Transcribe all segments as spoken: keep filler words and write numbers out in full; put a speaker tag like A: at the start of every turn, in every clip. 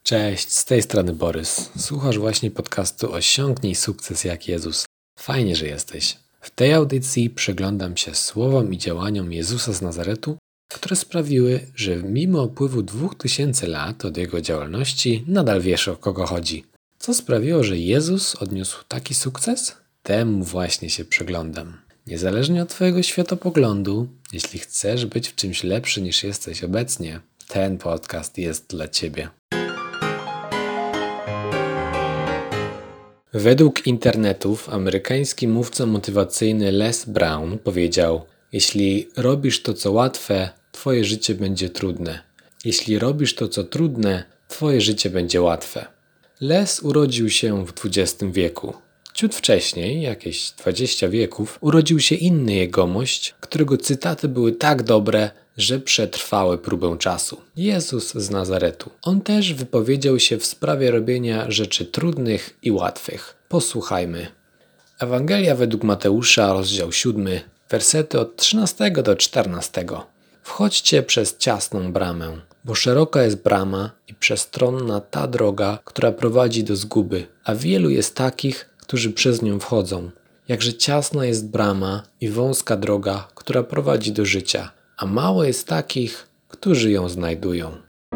A: Cześć, z tej strony Borys. Słuchasz właśnie podcastu Osiągnij sukces jak Jezus. Fajnie, że jesteś. W tej audycji przyglądam się słowom i działaniom Jezusa z Nazaretu, które sprawiły, że mimo upływu dwóch tysięcy lat od Jego działalności nadal wiesz, o kogo chodzi. Co sprawiło, że Jezus odniósł taki sukces? Temu właśnie się przyglądam. Niezależnie od Twojego światopoglądu, jeśli chcesz być w czymś lepszy niż jesteś obecnie, ten podcast jest dla Ciebie. Według internetów amerykański mówca motywacyjny Les Brown powiedział: jeśli robisz to, co łatwe, twoje życie będzie trudne. Jeśli robisz to, co trudne, twoje życie będzie łatwe. Les urodził się w dwudziestym wieku. Ciut wcześniej, jakieś dwadzieścia wieków, urodził się inny jegomość, którego cytaty były tak dobre, że przetrwały próbę czasu. Jezus z Nazaretu. On też wypowiedział się w sprawie robienia rzeczy trudnych i łatwych. Posłuchajmy. Ewangelia według Mateusza, rozdział siódmy, wersety od trzynastego do czternastego. Wchodźcie przez ciasną bramę, bo szeroka jest brama i przestronna ta droga, która prowadzi do zguby, a wielu jest takich, którzy przez nią wchodzą. Jakże ciasna jest brama i wąska droga, która prowadzi do życia, a mało jest takich, którzy ją znajdują.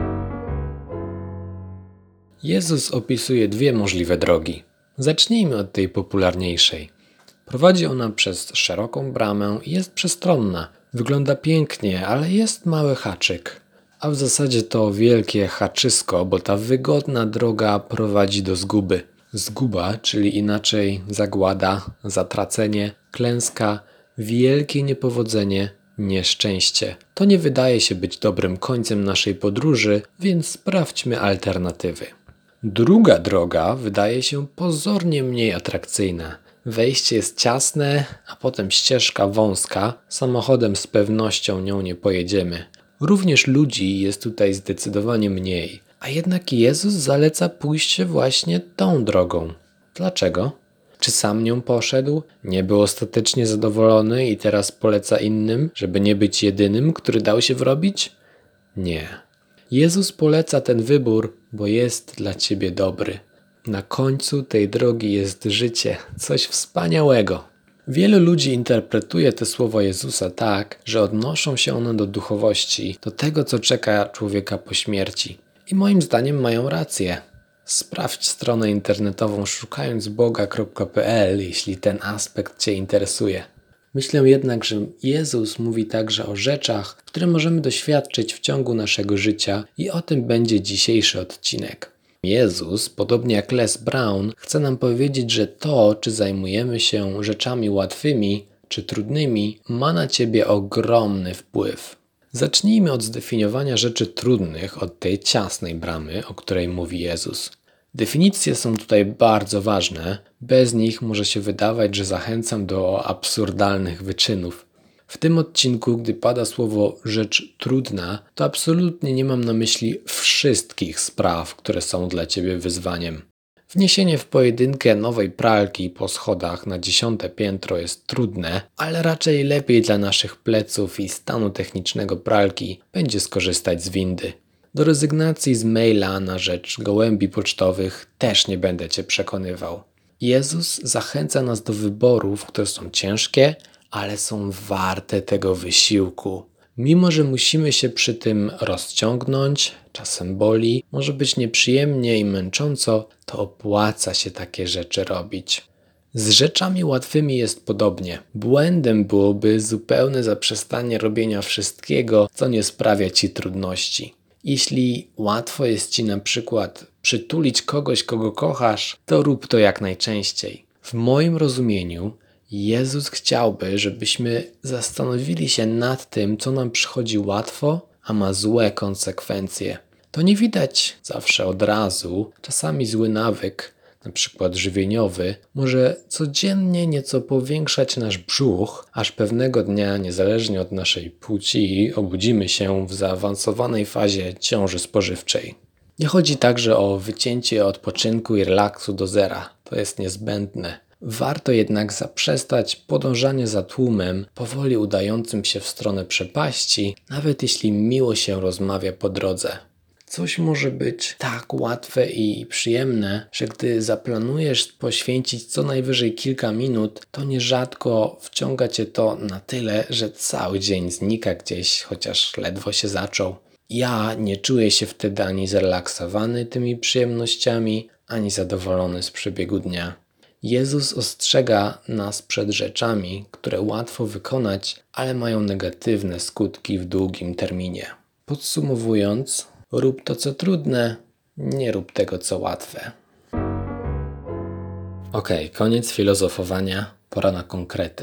A: Jezus opisuje dwie możliwe drogi. Zacznijmy od tej popularniejszej. Prowadzi ona przez szeroką bramę i jest przestronna. Wygląda pięknie, ale jest mały haczyk. A w zasadzie to wielkie haczysko, bo ta wygodna droga prowadzi do zguby. Zguba, czyli inaczej zagłada, zatracenie, klęska, wielkie niepowodzenie, nieszczęście. To nie wydaje się być dobrym końcem naszej podróży, więc sprawdźmy alternatywy. Druga droga wydaje się pozornie mniej atrakcyjna. Wejście jest ciasne, a potem ścieżka wąska. Samochodem z pewnością nią nie pojedziemy. Również ludzi jest tutaj zdecydowanie mniej. A jednak Jezus zaleca pójście właśnie tą drogą. Dlaczego? Czy sam nią poszedł? Nie był ostatecznie zadowolony i teraz poleca innym, żeby nie być jedynym, który dał się wrobić? Nie. Jezus poleca ten wybór, bo jest dla ciebie dobry. Na końcu tej drogi jest życie, coś wspaniałego. Wielu ludzi interpretuje te słowa Jezusa tak, że odnoszą się one do duchowości, do tego, co czeka człowieka po śmierci. I moim zdaniem mają rację. Sprawdź stronę internetową szukając boga kropka p l, jeśli ten aspekt Cię interesuje. Myślę jednak, że Jezus mówi także o rzeczach, które możemy doświadczyć w ciągu naszego życia i o tym będzie dzisiejszy odcinek. Jezus, podobnie jak Les Brown, chce nam powiedzieć, że to, czy zajmujemy się rzeczami łatwymi czy trudnymi, ma na Ciebie ogromny wpływ. Zacznijmy od zdefiniowania rzeczy trudnych, od tej ciasnej bramy, o której mówi Jezus. Definicje są tutaj bardzo ważne, bez nich może się wydawać, że zachęcam do absurdalnych wyczynów. W tym odcinku, gdy pada słowo rzecz trudna, to absolutnie nie mam na myśli wszystkich spraw, które są dla Ciebie wyzwaniem. Wniesienie w pojedynkę nowej pralki po schodach na dziesiąte piętro jest trudne, ale raczej lepiej dla naszych pleców i stanu technicznego pralki będzie skorzystać z windy. Do rezygnacji z maila na rzecz gołębi pocztowych też nie będę Cię przekonywał. Jezus zachęca nas do wyborów, które są ciężkie, ale są warte tego wysiłku. Mimo że musimy się przy tym rozciągnąć, czasem boli, może być nieprzyjemnie i męcząco, to opłaca się takie rzeczy robić. Z rzeczami łatwymi jest podobnie. Błędem byłoby zupełne zaprzestanie robienia wszystkiego, co nie sprawia Ci trudności. Jeśli łatwo jest Ci na przykład przytulić kogoś, kogo kochasz, to rób to jak najczęściej. W moim rozumieniu Jezus chciałby, żebyśmy zastanowili się nad tym, co nam przychodzi łatwo, a ma złe konsekwencje. To nie widać zawsze od razu. Czasami zły nawyk, na przykład żywieniowy, może codziennie nieco powiększać nasz brzuch, aż pewnego dnia, niezależnie od naszej płci, obudzimy się w zaawansowanej fazie ciąży spożywczej. Nie chodzi także o wycięcie odpoczynku i relaksu do zera. To jest niezbędne. Warto jednak zaprzestać podążania za tłumem, powoli udającym się w stronę przepaści, nawet jeśli miło się rozmawia po drodze. Coś może być tak łatwe i przyjemne, że gdy zaplanujesz poświęcić co najwyżej kilka minut, to nierzadko wciąga cię to na tyle, że cały dzień znika gdzieś, chociaż ledwo się zaczął. Ja nie czuję się wtedy ani zrelaksowany tymi przyjemnościami, ani zadowolony z przebiegu dnia. Jezus ostrzega nas przed rzeczami, które łatwo wykonać, ale mają negatywne skutki w długim terminie. Podsumowując, rób to, co trudne, nie rób tego, co łatwe. Okej, okay, koniec filozofowania, pora na konkrety.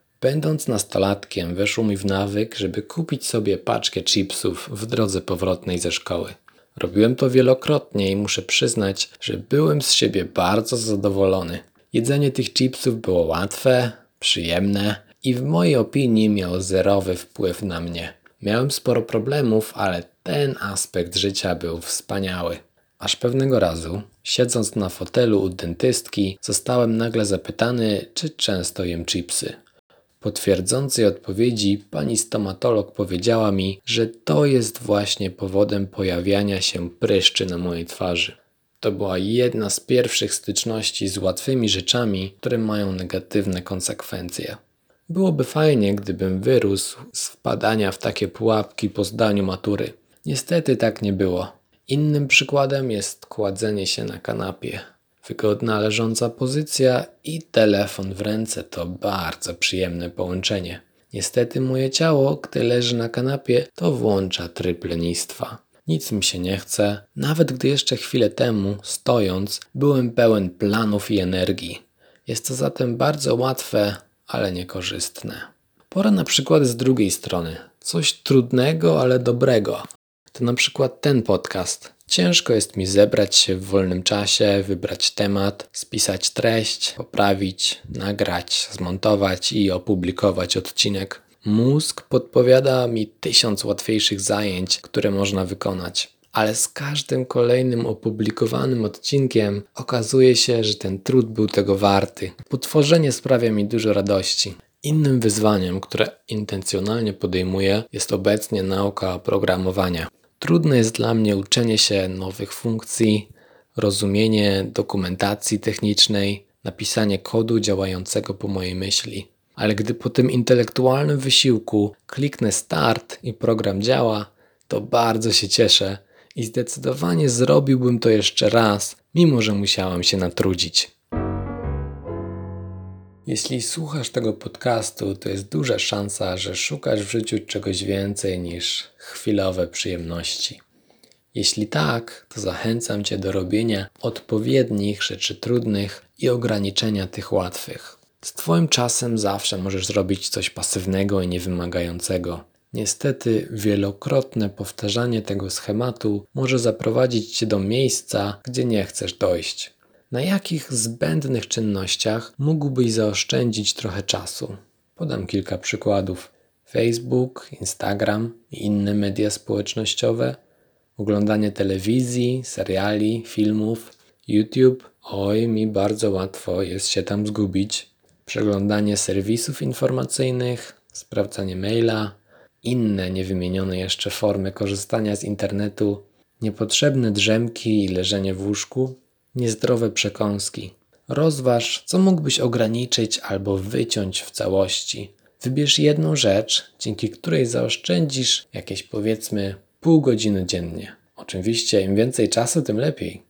A: Będąc nastolatkiem, weszło mi w nawyk, żeby kupić sobie paczkę chipsów w drodze powrotnej ze szkoły. Robiłem to wielokrotnie i muszę przyznać, że byłem z siebie bardzo zadowolony. Jedzenie tych chipsów było łatwe, przyjemne i w mojej opinii miało zerowy wpływ na mnie. Miałem sporo problemów, ale ten aspekt życia był wspaniały. Aż pewnego razu, siedząc na fotelu u dentystki, zostałem nagle zapytany, czy często jem chipsy. Po twierdzącej odpowiedzi pani stomatolog powiedziała mi, że to jest właśnie powodem pojawiania się pryszczy na mojej twarzy. To była jedna z pierwszych styczności z łatwymi rzeczami, które mają negatywne konsekwencje. Byłoby fajnie, gdybym wyrósł z wpadania w takie pułapki po zdaniu matury. Niestety tak nie było. Innym przykładem jest kładzenie się na kanapie. Wygodna leżąca pozycja i telefon w ręce to bardzo przyjemne połączenie. Niestety moje ciało, gdy leży na kanapie, to włącza tryb lenistwa. Nic mi się nie chce, nawet gdy jeszcze chwilę temu, stojąc, byłem pełen planów i energii. Jest to zatem bardzo łatwe, ale niekorzystne. Pora na przykład z drugiej strony. Coś trudnego, ale dobrego. To na przykład ten podcast. Ciężko jest mi zebrać się w wolnym czasie, wybrać temat, spisać treść, poprawić, nagrać, zmontować i opublikować odcinek. Mózg podpowiada mi tysiąc łatwiejszych zajęć, które można wykonać. Ale z każdym kolejnym opublikowanym odcinkiem okazuje się, że ten trud był tego warty. Potworzenie sprawia mi dużo radości. Innym wyzwaniem, które intencjonalnie podejmuję, jest obecnie nauka programowania. Trudne jest dla mnie uczenie się nowych funkcji, rozumienie dokumentacji technicznej, napisanie kodu działającego po mojej myśli. Ale gdy po tym intelektualnym wysiłku kliknę start i program działa, to bardzo się cieszę i zdecydowanie zrobiłbym to jeszcze raz, mimo że musiałem się natrudzić. Jeśli słuchasz tego podcastu, to jest duża szansa, że szukasz w życiu czegoś więcej niż chwilowe przyjemności. Jeśli tak, to zachęcam Cię do robienia odpowiednich rzeczy trudnych i ograniczenia tych łatwych. Z Twoim czasem zawsze możesz zrobić coś pasywnego i niewymagającego. Niestety wielokrotne powtarzanie tego schematu może zaprowadzić Cię do miejsca, gdzie nie chcesz dojść. Na jakich zbędnych czynnościach mógłbyś zaoszczędzić trochę czasu? Podam kilka przykładów. Facebook, Instagram i inne media społecznościowe, oglądanie telewizji, seriali, filmów, YouTube. Oj, mi bardzo łatwo jest się tam zgubić. Przeglądanie serwisów informacyjnych, sprawdzanie maila, inne niewymienione jeszcze formy korzystania z internetu, niepotrzebne drzemki i leżenie w łóżku, niezdrowe przekąski. Rozważ, co mógłbyś ograniczyć albo wyciąć w całości. Wybierz jedną rzecz, dzięki której zaoszczędzisz jakieś powiedzmy pół godziny dziennie. Oczywiście im więcej czasu, tym lepiej.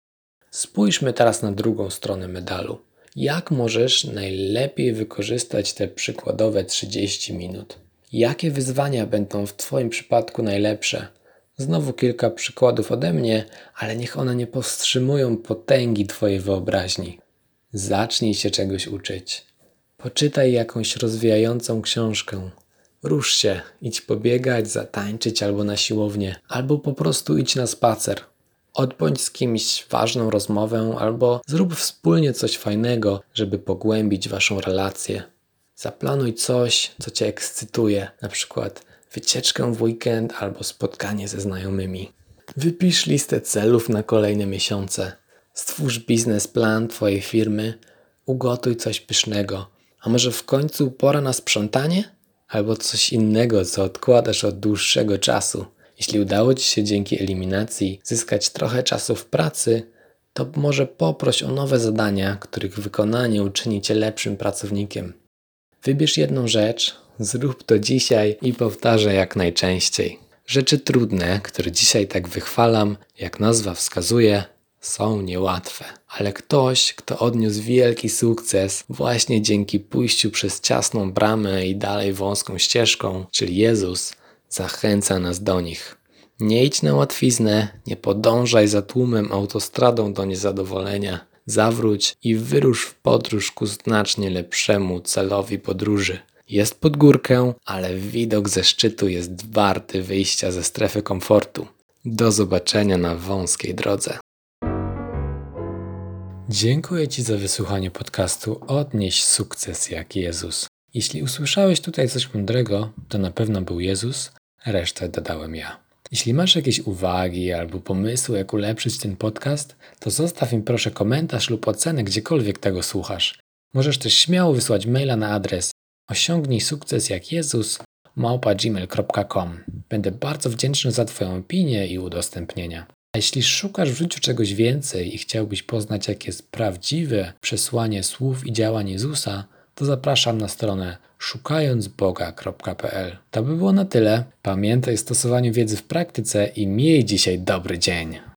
A: Spójrzmy teraz na drugą stronę medalu. Jak możesz najlepiej wykorzystać te przykładowe trzydzieści minut? Jakie wyzwania będą w Twoim przypadku najlepsze? Znowu kilka przykładów ode mnie, ale niech one nie powstrzymują potęgi Twojej wyobraźni. Zacznij się czegoś uczyć. Poczytaj jakąś rozwijającą książkę. Rusz się, idź pobiegać, zatańczyć albo na siłownię, albo po prostu idź na spacer. Odbądź z kimś ważną rozmowę albo zrób wspólnie coś fajnego, żeby pogłębić Waszą relację. Zaplanuj coś, co Cię ekscytuje, na przykład wycieczkę w weekend albo spotkanie ze znajomymi. Wypisz listę celów na kolejne miesiące. Stwórz biznesplan Twojej firmy. Ugotuj coś pysznego. A może w końcu pora na sprzątanie? Albo coś innego, co odkładasz od dłuższego czasu. Jeśli udało Ci się dzięki eliminacji zyskać trochę czasu w pracy, to może poproś o nowe zadania, których wykonanie uczyni Cię lepszym pracownikiem. Wybierz jedną rzecz, zrób to dzisiaj i powtarzaj jak najczęściej. Rzeczy trudne, które dzisiaj tak wychwalam, jak nazwa wskazuje, są niełatwe. Ale ktoś, kto odniósł wielki sukces właśnie dzięki pójściu przez ciasną bramę i dalej wąską ścieżką, czyli Jezus, zachęca nas do nich. Nie idź na łatwiznę, nie podążaj za tłumem autostradą do niezadowolenia. Zawróć i wyrusz w podróż ku znacznie lepszemu celowi podróży. Jest pod górkę, ale widok ze szczytu jest warty wyjścia ze strefy komfortu. Do zobaczenia na wąskiej drodze. Dziękuję Ci za wysłuchanie podcastu Odnieś sukces jak Jezus. Jeśli usłyszałeś tutaj coś mądrego, to na pewno był Jezus, resztę dodałem ja. Jeśli masz jakieś uwagi albo pomysły, jak ulepszyć ten podcast, to zostaw mi proszę komentarz lub ocenę, gdziekolwiek tego słuchasz. Możesz też śmiało wysłać maila na adres osiągnij sukces jak Jezus małpa gmail kropka com. Będę bardzo wdzięczny za Twoją opinię i udostępnienia. A jeśli szukasz w życiu czegoś więcej i chciałbyś poznać, jakie jest prawdziwe przesłanie słów i działań Jezusa, to zapraszam na stronę szukając boga kropka p l. To by było na tyle. Pamiętaj o stosowaniu wiedzy w praktyce i miej dzisiaj dobry dzień.